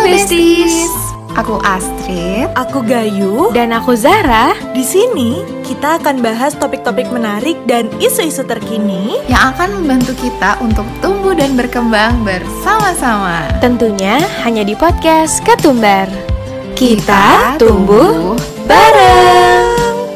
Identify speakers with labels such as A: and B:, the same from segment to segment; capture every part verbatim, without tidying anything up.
A: Besties. Aku Astrid,
B: aku Gayu,
C: dan aku Zara.
B: Di sini kita akan bahas topik-topik menarik dan isu-isu terkini
A: yang akan membantu kita untuk tumbuh dan berkembang bersama-sama.
C: Tentunya hanya di podcast Ketumbar.
A: Kita tumbuh bareng.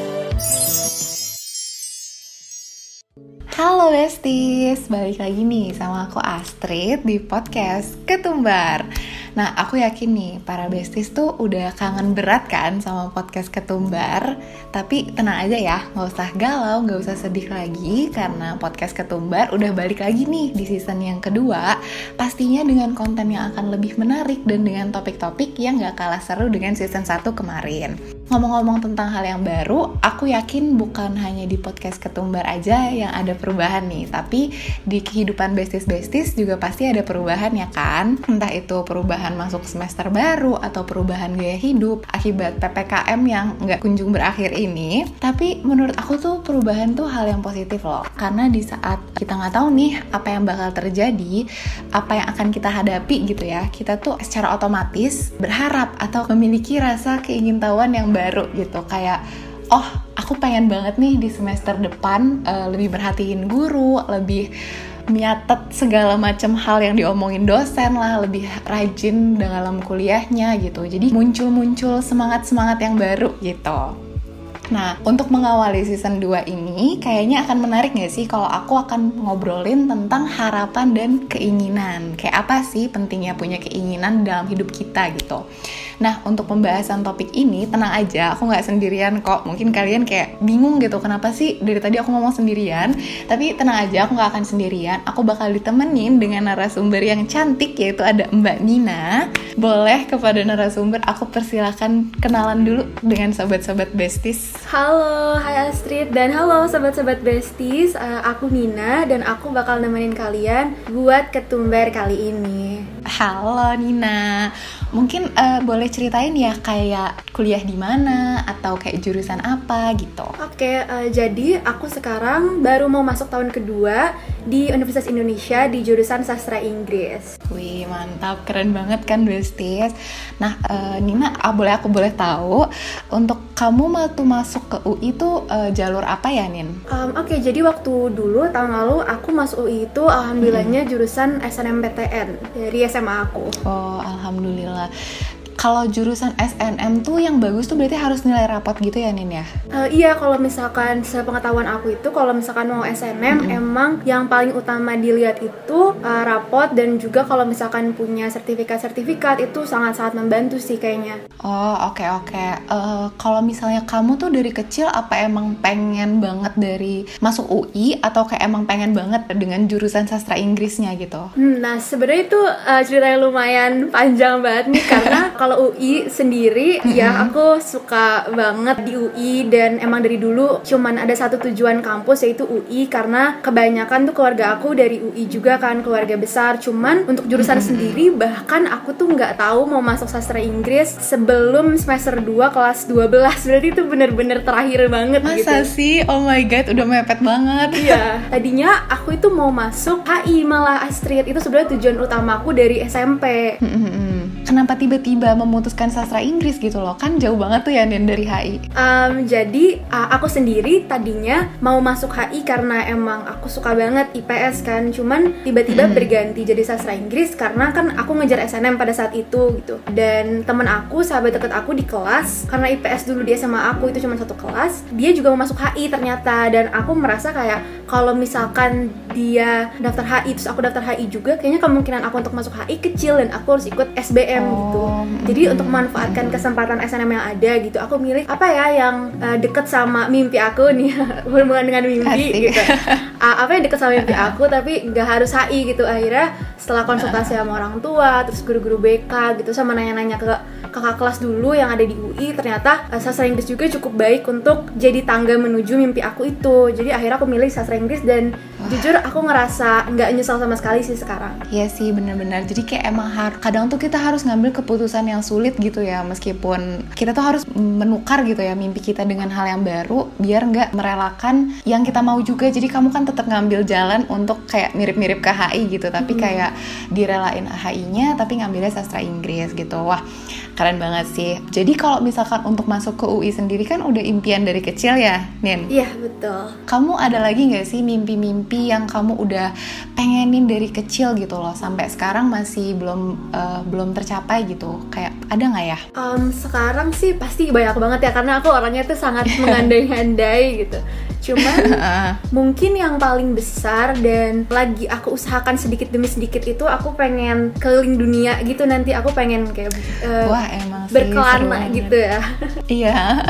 A: Halo Besties, balik lagi nih sama aku Astrid di podcast Ketumbar. Nah, aku yakin nih, para besties tuh udah kangen berat kan sama podcast Ketumbar. Tapi tenang aja ya, gak usah galau, gak usah sedih lagi, karena podcast Ketumbar udah balik lagi nih di season yang kedua. Pastinya dengan konten yang akan lebih menarik dan dengan topik-topik yang gak kalah seru dengan season satu kemarin. Ngomong-ngomong tentang hal yang baru, aku yakin bukan hanya di podcast Ketumbar aja yang ada perubahan nih, tapi di kehidupan besties-besties juga pasti ada perubahan ya kan? Entah itu perubahan masuk semester baru atau perubahan gaya hidup akibat P P K M yang nggak kunjung berakhir ini. Tapi menurut aku tuh perubahan tuh hal yang positif loh, karena di saat kita nggak tahu nih apa yang bakal terjadi, apa yang akan kita hadapi gitu ya, kita tuh secara otomatis berharap atau memiliki rasa keingintahuan yang baru gitu, kayak oh aku pengen banget nih di semester depan uh, lebih merhatiin guru, lebih nyatet segala macam hal yang diomongin dosen lah, lebih rajin dalam kuliahnya gitu. Jadi muncul-muncul semangat-semangat yang baru gitu. Nah, untuk mengawali season dua ini, kayaknya akan menarik gak sih kalau aku akan ngobrolin tentang harapan dan keinginan. Kayak apa sih pentingnya punya keinginan dalam hidup kita gitu. Nah, untuk pembahasan topik ini, tenang aja, aku gak sendirian kok. Mungkin kalian kayak bingung gitu, kenapa sih dari tadi aku ngomong sendirian. Tapi tenang aja, aku gak akan sendirian. Aku bakal ditemenin dengan narasumber yang cantik, yaitu ada Mbak Nina. Boleh kepada narasumber, aku persilahkan kenalan dulu dengan sobat-sobat besties.
D: Halo, hai Astrid, dan halo sobat-sobat besties. uh, Aku Nina, dan aku bakal nemenin kalian buat Ketumbar kali ini.
A: Halo Nina, mungkin uh, boleh ceritain ya kayak kuliah di mana atau kayak jurusan apa gitu.
D: Oke, uh, jadi aku sekarang baru mau masuk tahun kedua di Universitas Indonesia di jurusan Sastra Inggris.
A: Wih, mantap, keren banget kan besties. Nah, uh, Nina, ah, boleh aku boleh tahu untuk kamu waktu masuk ke U I itu uh, jalur apa ya, Nin?
D: Um, Oke, jadi waktu dulu tahun lalu aku masuk U I itu alhamdulillahnya hmm. jurusan S N M P T N dari S M A aku.
A: Oh, alhamdulillah. Kalau jurusan S N M tuh yang bagus tuh berarti harus nilai rapot gitu ya, Nin ya?
D: Uh, iya, kalau misalkan sepengetahuan aku itu kalau misalkan mau S N M mm-hmm. emang yang paling utama dilihat itu uh, rapot, dan juga kalau misalkan punya sertifikat-sertifikat itu sangat-sangat membantu sih kayaknya.
A: Oh, oke okay, oke. Okay. Uh, kalau misalnya kamu tuh dari kecil apa emang pengen banget dari masuk U I atau kayak emang pengen banget dengan jurusan sastra Inggrisnya gitu?
D: Hmm, nah, sebenarnya itu uh, ceritanya lumayan panjang banget nih karena kalau U I sendiri mm-hmm. ya aku suka banget di U I, dan emang dari dulu cuman ada satu tujuan kampus yaitu U I, karena kebanyakan tuh keluarga aku dari U I juga kan, keluarga besar. Cuman untuk jurusan mm-hmm. sendiri bahkan aku tuh nggak tahu mau masuk sastra Inggris sebelum semester dua kelas dua belas. Berarti itu bener-bener terakhir banget.
A: Masa
D: gitu.
A: Masa sih? Oh my god, udah mepet banget.
D: Iya, tadinya aku itu mau masuk H I malah, Astrid. Itu sebenarnya tujuan utama aku dari S M P.
A: Mm-hmm. Kenapa tiba-tiba memutuskan sastra Inggris gitu loh? Kan jauh banget tuh ya, Nen, dari H I.
D: Um, jadi uh, aku sendiri tadinya mau masuk H I karena emang aku suka banget I P S kan. Cuman tiba-tiba hmm. berganti jadi sastra Inggris karena kan aku ngejar S N M pada saat itu gitu. Dan temen aku, sahabat deket aku di kelas, karena I P S dulu dia sama aku itu cuma satu kelas, dia juga mau masuk H I ternyata. Dan aku merasa kayak kalau misalkan dia daftar H I terus aku daftar H I juga, kayaknya kemungkinan aku untuk masuk H I kecil dan aku harus ikut S B M. Oh, gitu. Jadi mm-hmm. untuk memanfaatkan kesempatan S N M yang ada gitu, aku milih apa ya yang uh, deket sama mimpi aku nih, berhubungan dengan mimpi gitu. Uh, apa yang deket sama mimpi aku tapi nggak harus H I gitu. Akhirnya setelah konsultasi sama orang tua, terus guru-guru B K gitu, sama nanya-nanya ke kakak kelas dulu yang ada di U I, ternyata uh, sastra Inggris juga cukup baik untuk jadi tangga menuju mimpi aku itu. Jadi akhirnya aku milih sastra Inggris, dan Wah. jujur aku ngerasa nggak nyesel sama sekali sih sekarang.
A: Iya sih, benar-benar. Jadi kayak emang har- kadang tuh kita harus ngambil keputusan yang sulit gitu ya, meskipun kita tuh harus menukar gitu ya mimpi kita dengan hal yang baru, biar nggak merelakan yang kita mau juga. Jadi kamu kan tetap ngambil jalan untuk kayak mirip-mirip ke H I gitu, tapi kayak kayak direlain H I-nya tapi ngambilnya sastra Inggris gitu. Wah, keren banget sih. Jadi kalau misalkan untuk masuk ke U I sendiri kan udah impian dari kecil ya, Nin?
D: Iya, betul.
A: Kamu ada lagi nggak sih mimpi-mimpi yang kamu udah pengenin dari kecil gitu loh, sampai sekarang masih belum uh, belum tercapai gitu? Kayak ada nggak ya?
D: Um, sekarang sih pasti banyak banget ya, karena aku orangnya tuh sangat mengandai-andai gitu. Cuman mungkin yang paling besar dan lagi aku usahakan sedikit demi sedikit itu aku pengen keliling dunia gitu nanti. Aku pengen kayak uh,
A: Wah, emang sih
D: berkelana gitu ya.
A: Iya.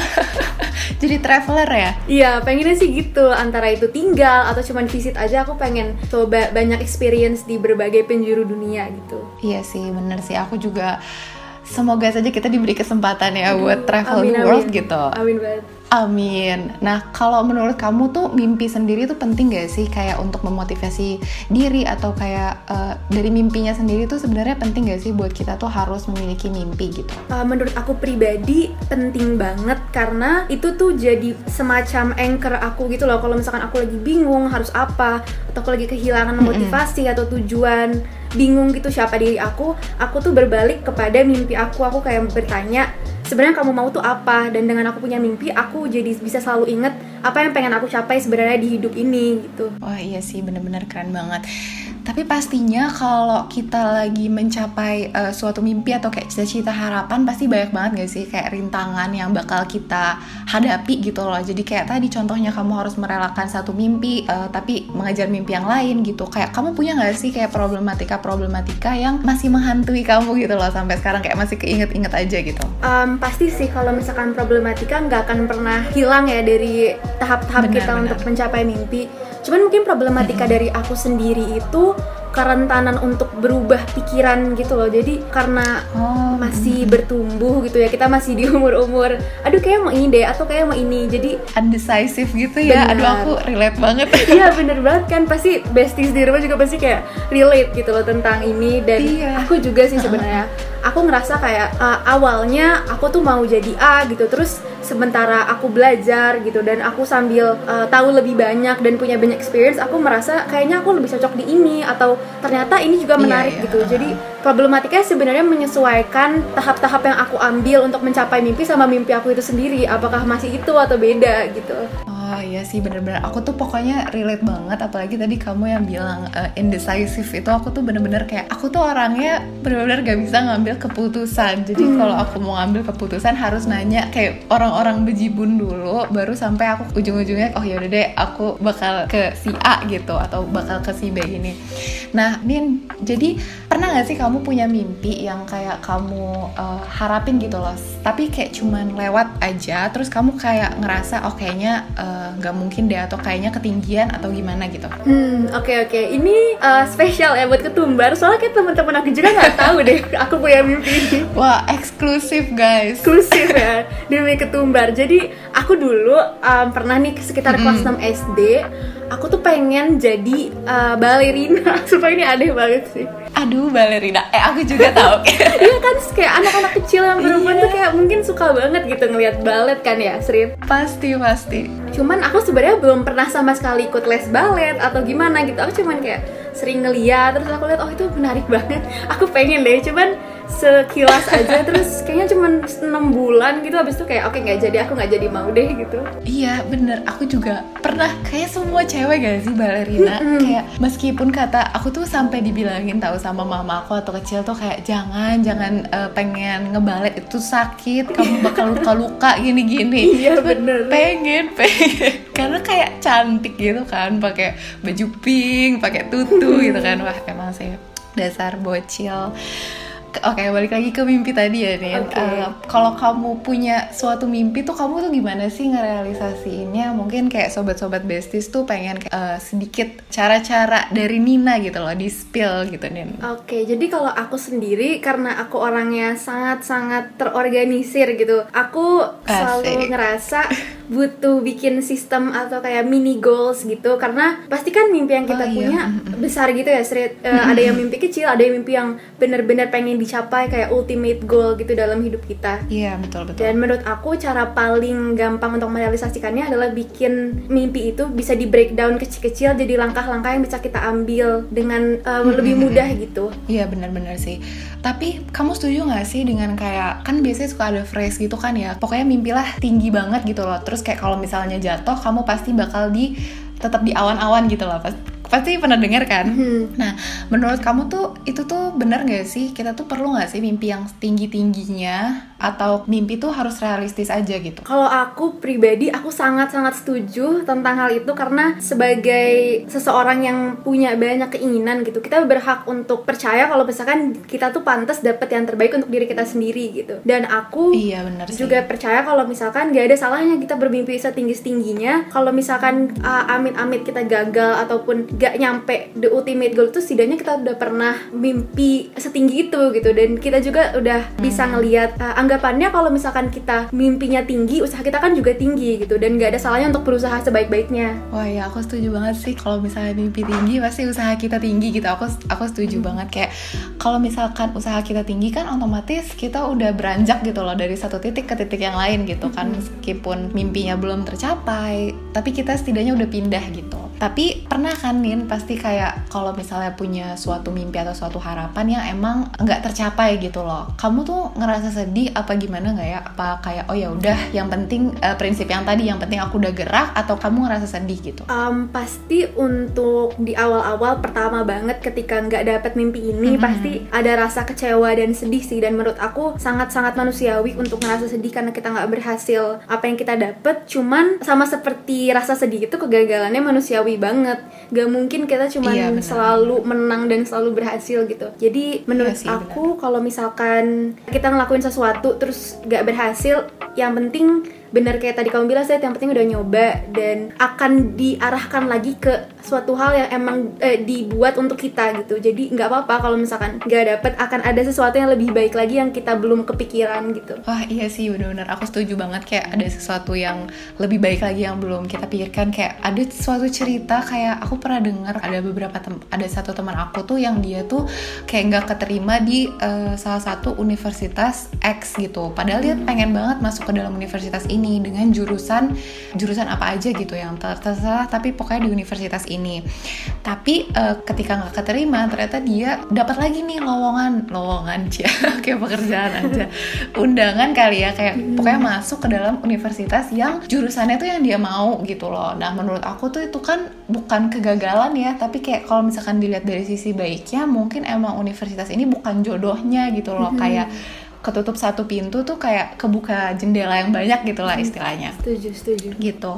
A: Jadi traveler ya?
D: Iya, pengennya sih gitu. Antara itu tinggal atau cuman visit aja, aku pengen coba banyak experience di berbagai penjuru dunia gitu.
A: Iya sih, bener sih. Aku juga semoga saja kita diberi kesempatan ya
D: Aduh,
A: buat travel
D: amin,
A: the world
D: amin.
A: gitu.
D: Amin banget.
A: Amin. Nah, kalau menurut kamu tuh mimpi sendiri tuh penting gak sih kayak untuk memotivasi diri, atau kayak uh, dari mimpinya sendiri tuh sebenarnya penting gak sih buat kita tuh harus memiliki mimpi gitu?
D: Uh, menurut aku pribadi penting banget, karena itu tuh jadi semacam anchor aku gitu loh. Kalau misalkan aku lagi bingung harus apa, atau aku lagi kehilangan motivasi mm-hmm. atau tujuan, bingung gitu siapa diri aku, aku tuh berbalik kepada mimpi aku. Aku kayak bertanya, sebenarnya kamu mau tuh apa? Dan dengan aku punya mimpi, aku jadi bisa selalu inget apa yang pengen aku capai sebenarnya di hidup ini gitu.
A: Wah iya sih, bener-bener keren banget. Tapi pastinya kalau kita lagi mencapai uh, suatu mimpi atau kayak cita-cita harapan, pasti banyak banget gak sih kayak rintangan yang bakal kita hadapi gitu loh. Jadi kayak tadi contohnya kamu harus merelakan satu mimpi uh, tapi mengejar mimpi yang lain gitu. Kayak kamu punya gak sih kayak problematika-problematika yang masih menghantui kamu gitu loh sampai sekarang, kayak masih keinget-inget aja gitu?
D: Um, pasti sih kalau misalkan problematika nggak akan pernah hilang ya dari tahap-tahap
A: benar,
D: kita
A: benar.
D: untuk mencapai mimpi. Cuman mungkin problematika mm-hmm. dari aku sendiri itu kerentanan untuk berubah pikiran gitu loh. Jadi karena
A: oh,
D: masih
A: mm-hmm.
D: bertumbuh gitu ya, kita masih di umur-umur aduh kayak mau ini deh atau kayak mau ini, jadi
A: undecisive gitu ya.
D: Benar.
A: Aduh, aku relate banget.
D: Iya bener banget kan, pasti besties di rumah juga pasti kayak relate gitu loh tentang ini. Dan
A: iya.
D: aku juga sih sebenarnya aku ngerasa kayak uh, awalnya aku tuh mau jadi A gitu, terus sementara aku belajar gitu dan aku sambil uh, tahu lebih banyak dan punya banyak experience, aku merasa kayaknya aku lebih cocok di ini, atau ternyata ini juga menarik
A: iya, iya.
D: gitu. Jadi problematikanya sebenarnya menyesuaikan tahap-tahap yang aku ambil untuk mencapai mimpi sama mimpi aku itu sendiri, apakah masih itu atau beda gitu.
A: Oh iya sih, bener-bener aku tuh pokoknya relate banget. Apalagi tadi kamu yang bilang uh, indecisive itu, aku tuh bener-bener kayak aku tuh orangnya bener-bener gak bisa ngambil keputusan. Jadi hmm. kalau aku mau ngambil keputusan harus nanya kayak orang-orang bejibun dulu, baru sampai aku ujung-ujungnya oh yaudah deh aku bakal ke si A gitu, atau bakal ke si B ini. Nah Nin, jadi pernah gak sih kamu punya mimpi yang kayak kamu uh, harapin gitu loh, tapi kayak cuman lewat aja, terus kamu kayak ngerasa oh kayaknya uh, nggak uh, mungkin deh, atau kayaknya ketinggian atau gimana gitu?
D: Hmm oke okay, oke okay. Ini uh, spesial ya buat Ketumbar, soalnya kayak teman-teman aku juga nggak tahu deh aku punya mimpi ini.
A: Wah eksklusif guys.
D: Eksklusif ya demi Ketumbar. Jadi aku dulu um, pernah nih sekitar mm-hmm. kelas enam S D, aku tuh pengen jadi uh, balerina. Supaya ini aneh banget sih.
A: Aduh balerina, eh aku juga tahu.
D: Iya kan, kayak anak-anak kecil yang perempuan tuh kayak mungkin suka banget gitu ngelihat balet kan ya, Srin?
A: Pasti pasti.
D: Cuman aku sebenarnya belum pernah sama sekali ikut les balet atau gimana gitu. Aku cuman kayak sering ngeliat, terus aku lihat oh itu menarik banget. Aku pengen deh, cuman sekilas aja, terus kayaknya cuman enam bulan gitu, habis itu kayak oke okay, nggak jadi, aku nggak jadi mau deh gitu.
A: Iya bener, aku juga pernah kayak semua cewek gak sih balerina.
D: Mm-hmm.
A: Kayak meskipun kata aku tuh sampai dibilangin tahu sama mama aku atau kecil tuh kayak jangan jangan uh, pengen ngebalet itu sakit, kamu bakal luka-luka gini-gini.
D: Iya bener.
A: Pengen pengen karena kayak cantik gitu kan, pakai baju pink, pakai tutu gitu kan. Wah emang sih dasar bocil. Oke, okay, balik lagi ke mimpi tadi ya nih. Okay. Uh, kalau kamu punya suatu mimpi tuh kamu tuh gimana sih ngerealisasiinnya? Mungkin kayak sobat-sobat besties tuh pengen uh, sedikit cara-cara dari Nina gitu loh, di spill gitu nih.
D: Oke, okay, jadi kalau aku sendiri karena aku orangnya sangat-sangat terorganisir gitu, aku Asik. selalu ngerasa butuh bikin sistem atau kayak mini goals gitu, karena pasti kan mimpi yang kita
A: Oh, iya.
D: punya besar gitu ya, Srit. Uh, ada yang mimpi kecil, ada yang mimpi yang benar-benar pengen dicapai kayak ultimate goal gitu dalam hidup kita.
A: Iya, betul betul.
D: Dan menurut aku cara paling gampang untuk merealisasikannya adalah bikin mimpi itu bisa di breakdown kecil-kecil jadi langkah-langkah yang bisa kita ambil dengan uh, lebih mudah gitu.
A: Iya, benar-benar sih. Tapi kamu setuju nggak sih dengan kayak, kan biasanya suka ada phrase gitu kan ya, pokoknya mimpilah tinggi banget gitu loh. Terus kayak kalau misalnya jatuh, kamu pasti bakal di tetap di awan-awan gitu loh. Pasti pasti pernah dengar kan?
D: Hmm.
A: Nah, menurut kamu tuh itu tuh benar nggak sih? Kita tuh perlu nggak sih mimpi yang tinggi-tingginya, atau mimpi tuh harus realistis aja gitu?
D: Kalau aku pribadi, aku sangat-sangat setuju tentang hal itu, karena sebagai seseorang yang punya banyak keinginan gitu, kita berhak untuk percaya kalau misalkan kita tuh pantas dapat yang terbaik untuk diri kita sendiri gitu. Dan aku
A: Iya, benar sih.
D: juga percaya kalau misalkan gak ada salahnya kita bermimpi setinggi-tingginya. Kalau misalkan uh, amit-amit kita gagal ataupun gak nyampe the ultimate goal itu, setidaknya kita udah pernah mimpi setinggi itu gitu. Dan kita juga udah bisa ngelihat uh, anggapannya kalau misalkan kita mimpinya tinggi, usaha kita kan juga tinggi gitu. Dan gak ada salahnya untuk berusaha sebaik-baiknya.
A: Wah ya, aku setuju banget sih. Kalau misalnya mimpi tinggi, pasti usaha kita tinggi gitu. Aku aku setuju banget. Kayak kalau misalkan usaha kita tinggi kan otomatis kita udah beranjak gitu loh dari satu titik ke titik yang lain gitu kan. Meskipun mimpinya belum tercapai, tapi kita setidaknya udah pindah gitu. Tapi pernah kan Nin, pasti kayak kalau misalnya punya suatu mimpi atau suatu harapan yang emang nggak tercapai gitu loh, kamu tuh ngerasa sedih apa gimana nggak ya? Apa kayak oh ya udah, yang penting uh, prinsip yang tadi, yang penting aku udah gerak, atau kamu ngerasa sedih gitu?
D: Um, pasti untuk di awal-awal pertama banget ketika nggak dapet mimpi ini, mm-hmm. pasti ada rasa kecewa dan sedih sih. Dan menurut aku sangat-sangat manusiawi untuk ngerasa sedih karena kita nggak berhasil apa yang kita dapet. Cuman sama seperti rasa sedih itu, kegagalannya manusiawi banget. Gak mungkin kita cuma
A: iya,
D: selalu menang dan selalu berhasil gitu. Jadi menurut
A: iya sih,
D: aku kalau misalkan kita ngelakuin sesuatu terus gak berhasil, yang penting bener kayak tadi kamu bilang, saya yang penting udah nyoba dan akan diarahkan lagi ke suatu hal yang emang eh, dibuat untuk kita gitu. Jadi nggak apa-apa kalau misalkan nggak dapet, akan ada sesuatu yang lebih baik lagi yang kita belum kepikiran gitu.
A: Wah iya sih, benar-benar aku setuju banget. Kayak ada sesuatu yang lebih baik lagi yang belum kita pikirkan. Kayak ada suatu cerita, kayak aku pernah dengar ada beberapa tem- ada satu teman aku tuh yang dia tuh kayak nggak keterima di uh, salah satu universitas X gitu. Padahal dia pengen banget masuk ke dalam universitas ini dengan jurusan jurusan apa aja gitu yang terserah, tapi pokoknya di universitas ini. Tapi uh, ketika nggak keterima, ternyata dia dapat lagi nih lowongan lowongan cia kayak pekerjaan aja, undangan kali ya, kayak hmm. pokoknya masuk ke dalam universitas yang jurusannya tuh yang dia mau gitu loh. Nah menurut aku tuh itu kan bukan kegagalan ya, tapi kayak kalau misalkan dilihat dari sisi baiknya, mungkin emang universitas ini bukan jodohnya gitu loh. hmm. Kayak ketutup satu pintu tuh kayak kebuka jendela yang banyak gitu lah istilahnya.
D: Setuju, setuju.
A: Gitu.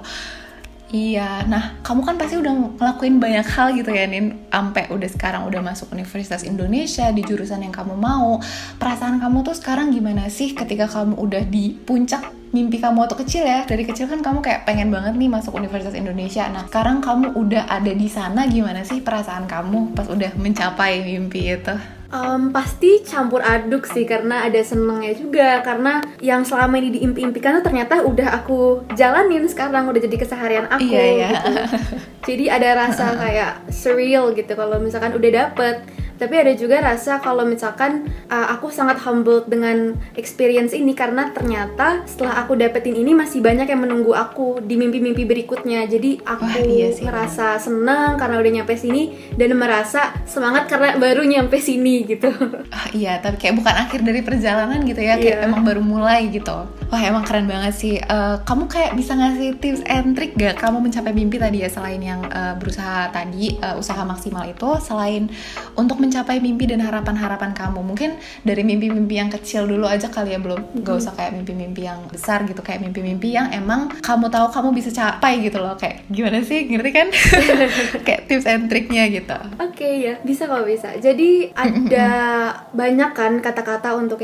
A: Iya, nah kamu kan pasti udah ngelakuin banyak hal gitu ya Nin, sampai udah sekarang udah masuk Universitas Indonesia di jurusan yang kamu mau. Perasaan kamu tuh sekarang gimana sih ketika kamu udah di puncak mimpi kamu waktu kecil ya? Dari kecil kan kamu kayak pengen banget nih masuk Universitas Indonesia. Nah sekarang kamu udah ada di sana, gimana sih perasaan kamu pas udah mencapai mimpi itu?
D: Um, pasti campur aduk sih, karena ada senengnya juga, karena yang selama ini diimpi-impikan tuh ternyata udah aku jalanin sekarang, udah jadi keseharian aku.
A: Iya, iya.
D: Gitu. Jadi ada rasa kayak surreal gitu kalau misalkan udah dapet. Tapi ada juga rasa kalau misalkan uh, aku sangat humbled dengan experience ini, karena ternyata setelah aku dapetin ini masih banyak yang menunggu aku di mimpi-mimpi berikutnya. Jadi aku
A: Wah, iya sih,
D: merasa senang karena udah nyampe sini, dan merasa semangat karena baru nyampe sini gitu.
A: Ah, iya, tapi kayak bukan akhir dari perjalanan gitu ya, kayak
D: yeah.
A: emang baru mulai gitu. Wah emang keren banget sih. Uh, kamu kayak bisa ngasih tips and trick gak kamu mencapai mimpi tadi ya, selain yang uh, berusaha tadi, uh, usaha maksimal itu, selain untuk mencapai mimpi dan harapan-harapan kamu, mungkin dari mimpi-mimpi yang kecil dulu aja kali ya, belum mm-hmm. gak usah kayak mimpi-mimpi yang besar gitu, kayak mimpi-mimpi yang emang kamu tahu kamu bisa capai gitu loh. Kayak gimana sih, ngerti kan? Kayak tips and tricknya gitu.
D: Oke okay, ya, bisa kok bisa. Jadi ada banyak kan kata-kata untuk kayak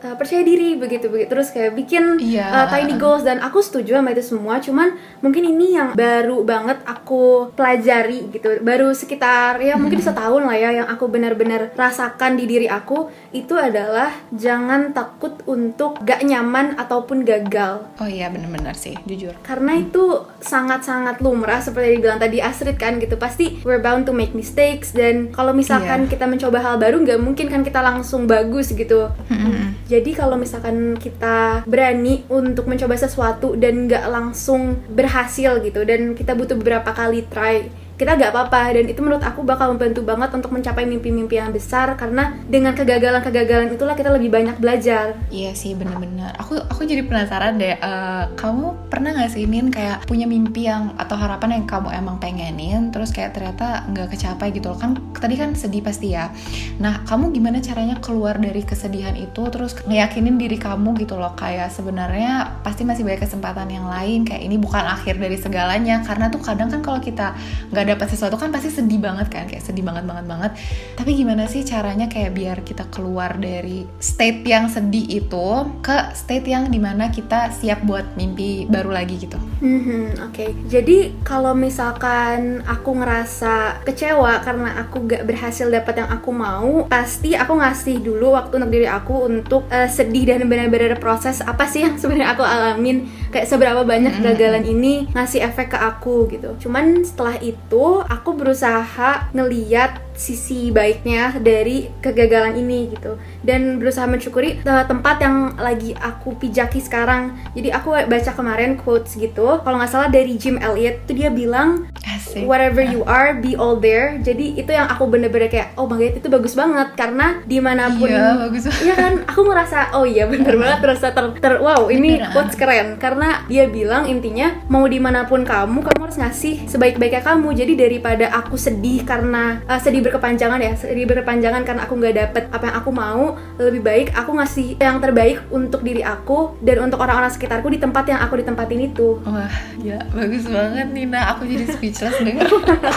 D: uh, percaya diri begitu begitu terus kayak bikin
A: Iya.
D: uh, tiny goals, dan aku setuju sama itu semua. Cuman mungkin ini yang baru banget aku pelajari gitu, baru sekitar ya mungkin setahun lah ya yang aku benar-benar rasakan di diri aku itu adalah jangan takut untuk gak nyaman ataupun gagal.
A: Oh iya, bener-bener sih, jujur.
D: Karena itu sangat-sangat lumrah seperti yang dibilang tadi Astrid kan gitu. Pasti we're bound to make mistakes, dan kalau misalkan
A: Iya.
D: kita mencoba hal baru nggak mungkin kan kita langsung bagus gitu. Jadi kalau misalkan kita berani untuk mencoba sesuatu dan nggak langsung berhasil gitu, dan kita butuh beberapa kali try, kita gak apa-apa, dan itu menurut aku bakal membantu banget untuk mencapai mimpi-mimpi yang besar, karena dengan kegagalan-kegagalan itulah kita lebih banyak belajar.
A: Iya sih, bener-bener. Aku aku jadi penasaran deh, uh, kamu pernah gak sih Nin kayak punya mimpi yang atau harapan yang kamu emang pengenin, terus kayak ternyata nggak kecapai gitu loh. Kan tadi kan sedih pasti ya. Nah, kamu gimana caranya keluar dari kesedihan itu, terus ngeyakinin diri kamu gitu loh, kayak sebenarnya pasti masih banyak kesempatan yang lain, kayak ini bukan akhir dari segalanya. Karena tuh kadang kan kalau kita nggak dapat sesuatu kan pasti sedih banget kan, kayak sedih banget banget banget. Tapi gimana sih caranya kayak biar kita keluar dari state yang sedih itu ke state yang dimana kita siap buat mimpi baru lagi gitu?
D: Hmm, oke. Okay. Jadi kalau misalkan aku ngerasa kecewa karena aku gak berhasil dapat yang aku mau, pasti aku ngasih dulu waktu untuk diri aku untuk uh, sedih dan benar-benar proses apa sih yang sebenarnya aku alamin, kayak seberapa banyak kegagalan ini ngasih efek ke aku gitu. Cuman setelah itu aku berusaha ngeliat sisi baiknya dari kegagalan ini gitu, dan berusaha mensyukuri uh, tempat yang lagi aku pijaki sekarang. Jadi aku baca kemarin quotes gitu, kalau nggak salah dari Jim Elliot, tuh dia bilang
A: Asik.
D: whatever you are, be all there. Jadi itu yang aku bener-bener kayak, oh banget, itu bagus banget, karena dimanapun,
A: iya, bagus banget.
D: iya kan, aku ngerasa oh iya bener banget, terasa ter, ter wow ini
A: Beneran.
D: quotes keren, karena dia bilang intinya mau dimanapun kamu, kamu harus ngasih sebaik-baiknya kamu. Jadi daripada aku sedih karena uh, sedih berkepanjangan ya, sedih berkepanjangan karena aku nggak dapet apa yang aku mau, lebih baik aku ngasih yang terbaik untuk diri aku dan untuk orang-orang sekitarku di tempat yang aku ditempatin itu.
A: Wah, ya bagus banget Nina, aku jadi speechless denger.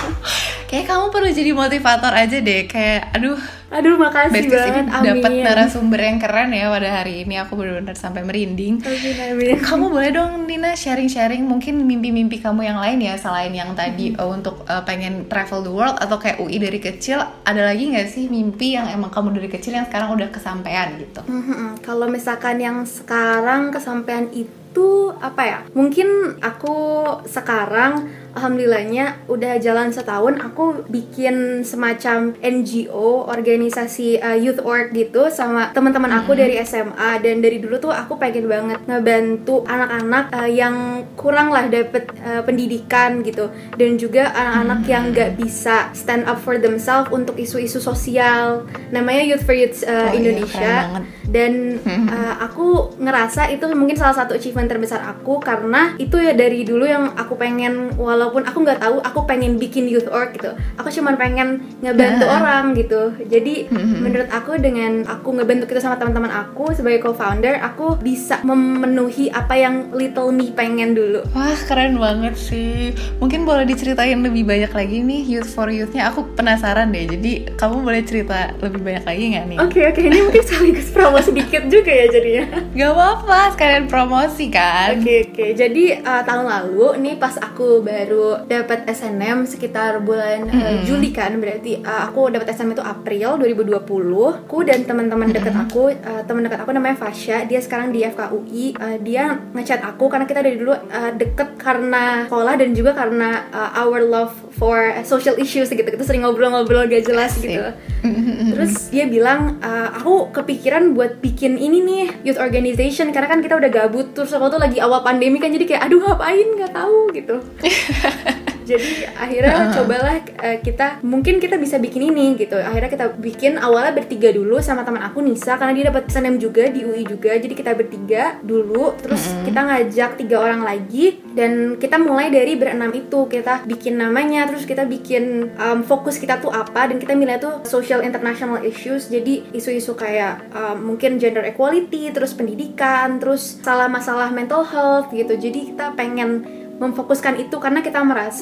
A: Kayak kamu perlu jadi motivator aja deh, kayak aduh.
D: Aduh, makasih
A: Besties
D: banget,
A: ini
D: amin.
A: dapat narasumber yang keren ya pada hari ini, aku benar-benar sampai merinding.
D: Amin, amin.
A: Kamu boleh dong Nina sharing-sharing mungkin mimpi-mimpi kamu yang lain ya, selain yang tadi uh, untuk uh, pengen travel the world atau kayak U I dari kecil, ada lagi nggak sih mimpi yang emang kamu dari kecil yang sekarang udah kesampaian gitu?
D: Mm-hmm. Kalau misalkan yang sekarang kesampaian itu apa ya? Mungkin aku sekarang alhamdulillahnya udah jalan setahun, aku bikin semacam N G O, organisasi uh, youth org gitu sama teman-teman aku dari S M A, dan dari dulu tuh aku pengen banget ngebantu anak-anak uh, yang kurang lah dapet uh, pendidikan gitu, dan juga anak-anak yang gak bisa stand up for themselves untuk isu-isu sosial. Namanya Youth for Youth uh,
A: Oh,
D: Indonesia.
A: iya,
D: Dan uh, aku ngerasa itu mungkin salah satu achievement terbesar aku, karena itu ya dari dulu yang aku pengen, walaupun aku nggak tahu aku pengen bikin youth org gitu, aku cuma pengen ngebantu
A: Nah.
D: orang gitu. Jadi menurut aku dengan aku ngebantu itu sama teman-teman aku sebagai co-founder, aku bisa memenuhi apa yang little me pengen dulu.
A: Wah, keren banget sih. Mungkin boleh diceritain lebih banyak lagi nih Youth for Youth-nya, aku penasaran deh. Jadi kamu boleh cerita lebih banyak lagi nggak nih?
D: Oke oke, ini mungkin sekaligus promo sedikit juga ya jadinya.
A: Gak apa-apa, sekalian promosi kan.
D: Oke oke, jadi uh, tahun lalu nih pas aku baru dapat S N M sekitar bulan uh, Juli kan, berarti uh, aku dapat S N M itu April dua ribu dua puluh. Aku dan teman-teman dekat aku, uh, teman dekat aku namanya Fasya, dia sekarang di F K U I. Uh, dia ngechat aku karena kita dari dulu uh, deket karena sekolah dan juga karena uh, our love for uh, social issues gitu. Kita sering ngobrol-ngobrol gak jelas
A: Asik.
D: gitu. Terus dia bilang, uh, aku kepikiran buat bikin ini nih youth organization, karena kan kita udah gabut, terus aku tuh lagi awal pandemi kan, jadi kayak aduh ngapain nggak tahu gitu. Jadi akhirnya
A: Uh-huh.
D: cobalah uh, kita, mungkin kita bisa bikin ini gitu. Akhirnya kita bikin awalnya bertiga dulu sama teman aku Nisa, karena dia dapat S N M juga di U I juga. Jadi kita bertiga dulu, terus
A: Uh-huh.
D: kita ngajak tiga orang lagi, dan kita mulai dari berenam itu. Kita bikin namanya, terus kita bikin um, fokus kita tuh apa, dan kita milih tuh social international issues. Jadi isu-isu kayak um, mungkin gender equality, terus pendidikan, terus salah masalah mental health gitu. Jadi kita pengen memfokuskan itu karena kita merasa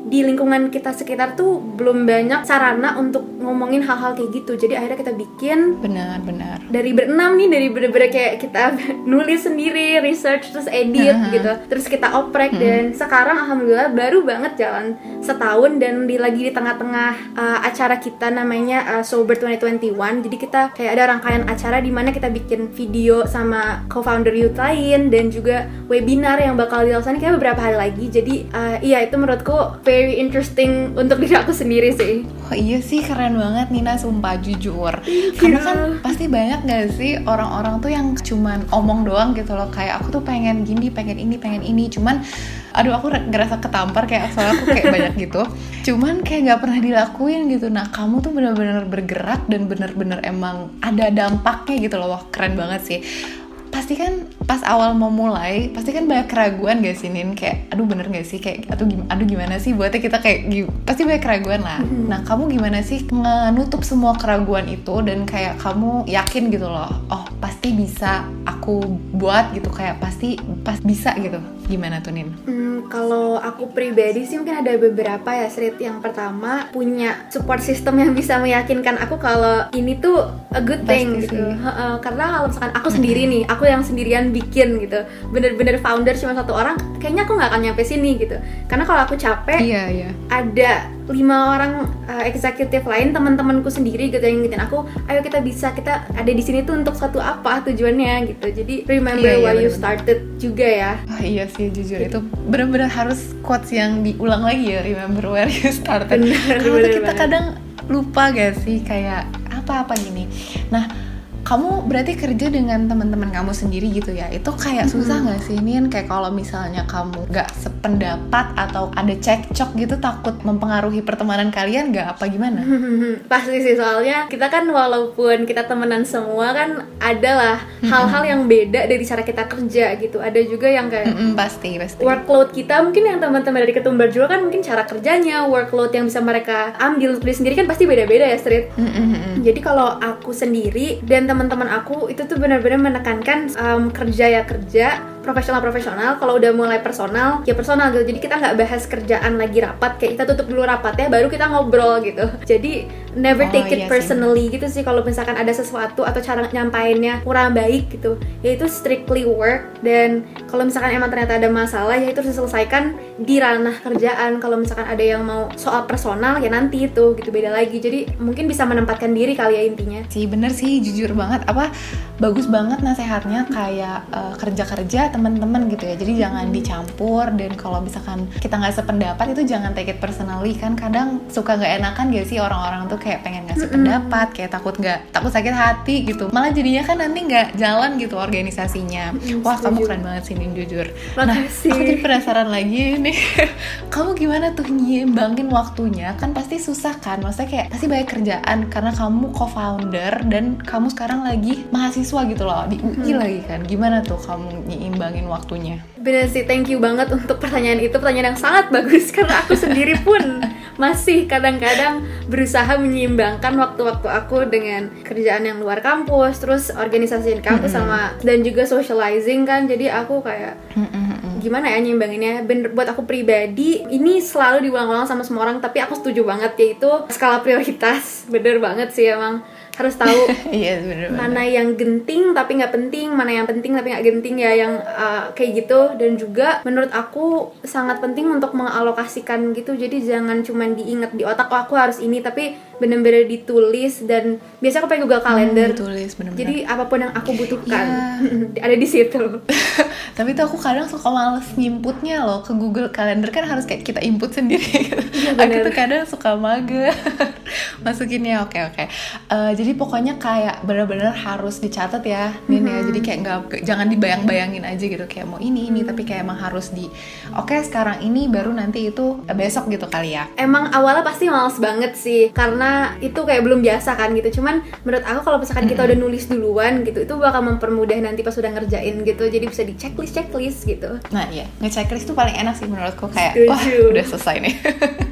D: di lingkungan kita sekitar tuh belum banyak sarana untuk ngomongin hal-hal kayak gitu. Jadi akhirnya kita bikin
A: benar-benar
D: dari berenam nih, dari bener-bener kayak kita nulis sendiri, research, terus edit uh-huh. gitu, terus kita oprek. uh-huh. Dan sekarang alhamdulillah baru banget jalan setahun, dan di, lagi di tengah-tengah uh, acara kita namanya uh, Sober dua ribu dua puluh satu. Jadi kita kayak ada rangkaian acara di mana kita bikin video sama co-founder youth lain, dan juga webinar yang bakal dilaksanakan kayak beberapa hari lagi. Jadi uh, iya, itu menurutku very interesting untuk diri aku sendiri sih.
A: Oh iya sih, keren banget Nina, sumpah, jujur. Karena kan pasti banyak gak sih orang-orang tuh yang cuman omong doang gitu loh, kayak aku tuh pengen gini, pengen ini, pengen ini, cuman aduh aku ngerasa ketampar kayak soalnya aku kayak banyak gitu, cuman kayak gak pernah dilakuin gitu. Nah kamu tuh benar-benar bergerak dan benar-benar emang ada dampaknya gitu loh. Wah, keren banget sih. Pasti kan pas awal mau mulai pasti kan banyak keraguan gak sih Nin, kayak aduh bener gak sih, kayak aduh gimana, aduh gimana sih buatnya kita kayak gim- pasti banyak keraguan lah. mm-hmm. Nah kamu gimana sih menutup semua keraguan itu dan kayak kamu yakin gitu loh, oh pasti bisa aku buat gitu, kayak pasti pas bisa gitu. Gimana tuh Nin?
D: Hmm, kalau aku pribadi sih mungkin ada beberapa ya, Srit. Yang pertama, punya support system yang bisa meyakinkan aku kalau ini tuh a good thing. Pasti gitu. Uh, karena kalau misalkan aku sendiri nih, aku yang sendirian bikin gitu, bener-bener founder cuma satu orang, kayaknya aku nggak akan nyampe sini gitu. Karena kalau aku capek,
A: iya, iya.
D: ada lima orang uh, eksekutif lain, teman-temanku sendiri gitu yang ngingetin aku, ayo kita bisa, kita ada di sini tuh untuk suatu apa tujuannya gitu. Jadi remember iya, why iya, you started juga ya.
A: Oh, iya sih, jujur itu benar-benar harus quotes yang diulang lagi ya, remember where you started. Kalau kita banget. Kadang lupa gak sih kayak apa-apa gini. Nah kamu berarti kerja dengan teman-teman kamu sendiri gitu ya, itu kayak susah mm-hmm. gak sih Nin? Kayak kalau misalnya kamu gak sependapat atau ada cekcok gitu, takut mempengaruhi pertemanan kalian gak, apa gimana?
D: Pasti sih, soalnya kita kan walaupun kita temenan semua kan adalah mm-hmm. hal-hal yang beda dari cara kita kerja gitu. Ada juga yang kayak
A: mm-hmm, pasti, pasti.
D: workload kita, mungkin yang teman-teman dari Ketumbar juga kan mungkin cara kerjanya, workload yang bisa mereka ambil untuk diri sendiri kan pasti beda-beda ya, Street. Mm-hmm. Jadi kalau aku sendiri dan teman-teman aku itu tuh benar-benar menekankan um, kerja ya kerja, profesional-profesional. Kalau udah mulai personal ya personal gitu. Jadi kita nggak bahas kerjaan lagi rapat, kayak kita tutup dulu rapatnya baru kita ngobrol gitu. Jadi never
A: oh,
D: take it
A: iya
D: personally
A: sih.
D: Gitu sih. Kalau misalkan ada sesuatu atau cara nyampainnya kurang baik gitu, ya itu strictly work. Dan kalau misalkan emang ternyata ada masalah, ya itu harus diselesaikan di ranah kerjaan. Kalau misalkan ada yang mau soal personal ya nanti itu gitu, beda lagi. Jadi mungkin bisa menempatkan diri kali ya intinya.
A: Sih bener sih, jujur banget, apa bagus banget nasehatnya, kayak uh, kerja-kerja teman-teman gitu ya. Jadi jangan dicampur, dan kalau misalkan kita nggak sependapat itu jangan take it personally. Kan kadang suka nggak enakan gak sih orang-orang tuh kayak pengen ngasih mm-hmm. pendapat, kayak takut nggak takut sakit hati gitu, malah jadinya kan nanti nggak jalan gitu organisasinya. mm-hmm, Wah setuju. Kamu keren banget sih Nin, jujur.
D: Makasih.
A: Nah aku jadi penasaran lagi nih kamu gimana tuh nyimbangin waktunya? Kan pasti susah kan, maksudnya kayak pasti banyak kerjaan karena kamu co-founder dan kamu sekarang lagi mahasiswa gitu loh di U I hmm. lagi kan. Gimana tuh kamu nyimbangin waktunya?
D: Bener sih, thank you banget untuk pertanyaan itu, pertanyaan yang sangat bagus. Karena aku sendiri pun masih kadang-kadang berusaha menyeimbangkan waktu-waktu aku dengan kerjaan yang luar kampus, terus organisasi di kampus mm-hmm. sama, dan juga socializing kan. Jadi aku kayak mm-hmm. gimana ya nyimbanginnya. Bener, buat aku pribadi ini selalu diulang-ulang sama semua orang, tapi aku setuju banget, yaitu skala prioritas. Bener banget sih, emang harus tahu
A: yes, bener,
D: mana
A: bener.
D: yang genting tapi nggak penting, mana yang penting tapi nggak genting ya, yang uh, kayak gitu. Dan juga menurut aku sangat penting untuk mengalokasikan gitu. Jadi jangan cuma diingat di otak, oh aku harus ini, tapi bener-bener ditulis. Dan biasanya aku pakai Google Calendar,
A: hmm, ditulis, bener-bener.
D: Jadi apapun yang aku butuhkan
A: yeah.
D: ada di situ.
A: Tapi tuh aku kadang suka males nginputnya loh ke Google Calendar, kan harus kayak kita input sendiri.
D: Ya,
A: aku tuh kadang suka mager masukinnya. Oke oke. Uh, jadi pokoknya kayak benar-benar harus dicatat ya, Nin ya. Jadi kayak nggak, jangan dibayang-bayangin aja gitu kayak mau ini ini, tapi kayak emang harus di oke okay, sekarang ini baru nanti itu besok gitu kali ya.
D: Emang awalnya pasti males banget sih, karena itu kayak belum biasa kan gitu. Cuman menurut aku kalau misalkan kita udah nulis duluan gitu, itu bakal mempermudah nanti pas udah ngerjain gitu. Jadi bisa di checklist checklist gitu.
A: Nah iya, nge-checklist tuh paling enak sih menurutku, kayak
D: Setuju.
A: Wah udah selesai nih.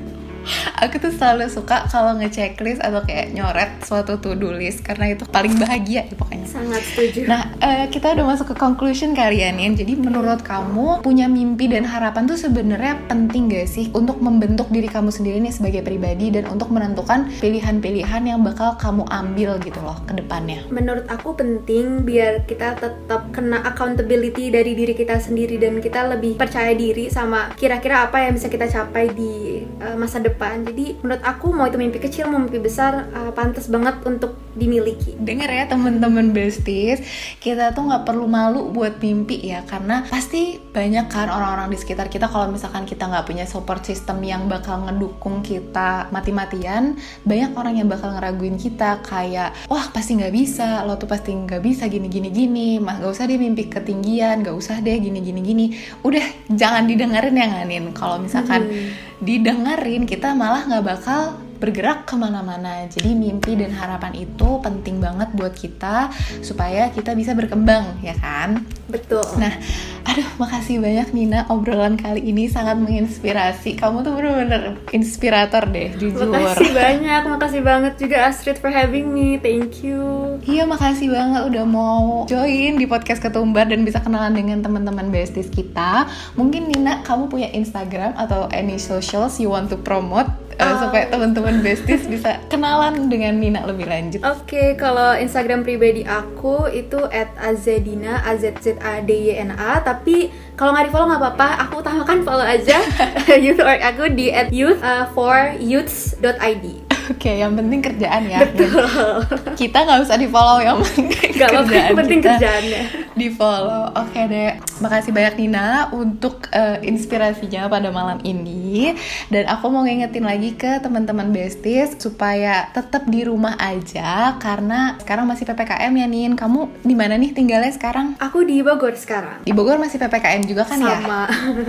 A: Aku tuh selalu suka kalau nge-checklist atau kayak nyoret suatu to-do list, karena itu paling bahagia ya pokoknya.
D: Sangat setuju.
A: Nah, uh, kita udah masuk ke conclusion kalian ya. Jadi menurut kamu punya mimpi dan harapan tuh sebenarnya penting gak sih untuk membentuk diri kamu sendiri nih sebagai pribadi dan untuk menentukan pilihan-pilihan yang bakal kamu ambil gitu loh ke depannya?
D: Menurut aku penting biar kita tetap kena accountability dari diri kita sendiri dan kita lebih percaya diri sama kira-kira apa yang bisa kita capai di uh, masa depan. Jadi menurut aku mau itu mimpi kecil mau mimpi besar uh, pantas banget untuk dimiliki.
A: Dengar ya teman-teman besties, kita tuh nggak perlu malu buat mimpi ya, karena pasti banyak kan orang-orang di sekitar kita kalau misalkan kita nggak punya support system yang bakal ngedukung kita mati-matian, banyak orang yang bakal ngeraguin kita kayak, wah pasti nggak bisa, lo tuh pasti nggak bisa gini-gini gini, mah nggak usah deh mimpi ketinggian, nggak usah deh gini-gini gini. Udah jangan didengerin ya Nganin. Kalau misalkan hmm. didengerin, kita malah nggak bakal bergerak kemana-mana. Jadi mimpi dan harapan itu penting banget buat kita supaya kita bisa berkembang, ya kan?
D: Betul.
A: Nah, aduh makasih banyak Nina, obrolan kali ini sangat menginspirasi. Kamu tuh bener-bener inspirator deh, jujur.
D: Makasih banyak, makasih banget juga Astrid for having me, thank you.
A: Iya, makasih banget udah mau join di podcast Ketumbar dan bisa kenalan dengan teman-teman besties kita. Mungkin Nina, kamu punya Instagram atau any socials you want to promote? Uh, supaya teman-teman besties bisa kenalan dengan Nina lebih lanjut.
D: Oke, okay, kalau Instagram pribadi aku itu at azedina, a z z a d y n a. Tapi kalau nggak di follow nggak apa-apa, aku utamakan follow aja youth org aku di at youth for youths dot i d.
A: Oke, okay, yang penting kerjaan ya.
D: Betul.
A: Kita nggak usah di follow, yang penting
D: gak kerjaan. Gak penting
A: kita
D: kerjaannya.
A: Di follow. Oke okay deh. Makasih banyak Nina untuk uh, inspirasinya pada malam ini. Dan aku mau ngingetin lagi ke teman-teman besties supaya tetap di rumah aja karena sekarang masih P P K M ya Nin. Kamu di mana nih tinggalnya sekarang?
D: Aku di Bogor sekarang.
A: Di Bogor masih P P K M juga kan?
D: Sama.
A: Ya? Sama.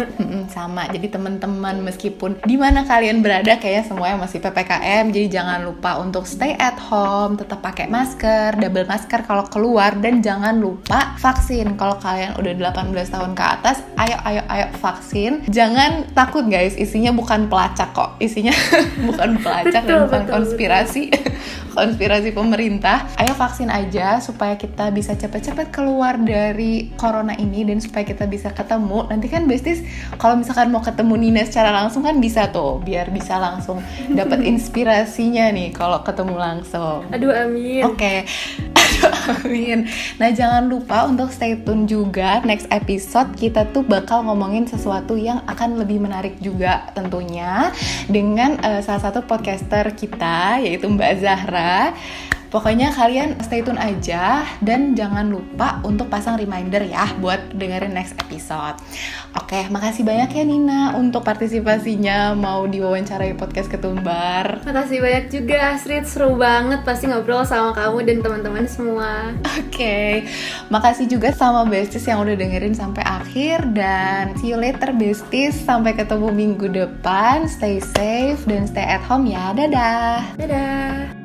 A: Sama. Jadi teman-teman meskipun di mana kalian berada kayaknya semuanya masih P P K M. Jadi jangan lupa untuk stay at home, tetap pakai masker, double masker kalau keluar, dan jangan lupa vaksin. Kalau kalian udah delapan belas tahun ke atas, ayo ayo ayo vaksin. Jangan takut guys, isinya bukan pelacak kok. Isinya bukan pelacak
D: betul,
A: dan bukan
D: betul,
A: konspirasi. Konspirasi pemerintah. Ayo vaksin aja supaya kita bisa cepet-cepet keluar dari corona ini dan supaya kita bisa ketemu. Nanti kan besties kalau misalkan mau ketemu Nina secara langsung kan bisa tuh, biar bisa langsung dapat inspirasinya nih kalau ketemu langsung.
D: Aduh amin.
A: Oke. Okay. Amin. Nah jangan lupa untuk stay tune juga next episode kita tuh bakal ngomongin sesuatu yang akan lebih menarik juga tentunya dengan uh, salah satu podcaster kita yaitu Mbak Zahra. Pokoknya kalian stay tune aja dan jangan lupa untuk pasang reminder ya buat dengerin next episode. Oke, makasih banyak ya Nina untuk partisipasinya mau diwawancarai podcast Ketumbar.
D: Makasih banyak juga Astrid, seru banget pasti ngobrol sama kamu dan teman-teman semua.
A: Oke, makasih juga sama besties yang udah dengerin sampai akhir dan see you later besties. Sampai ketemu minggu depan. Stay safe dan stay at home ya. Dadah.
D: Dadah.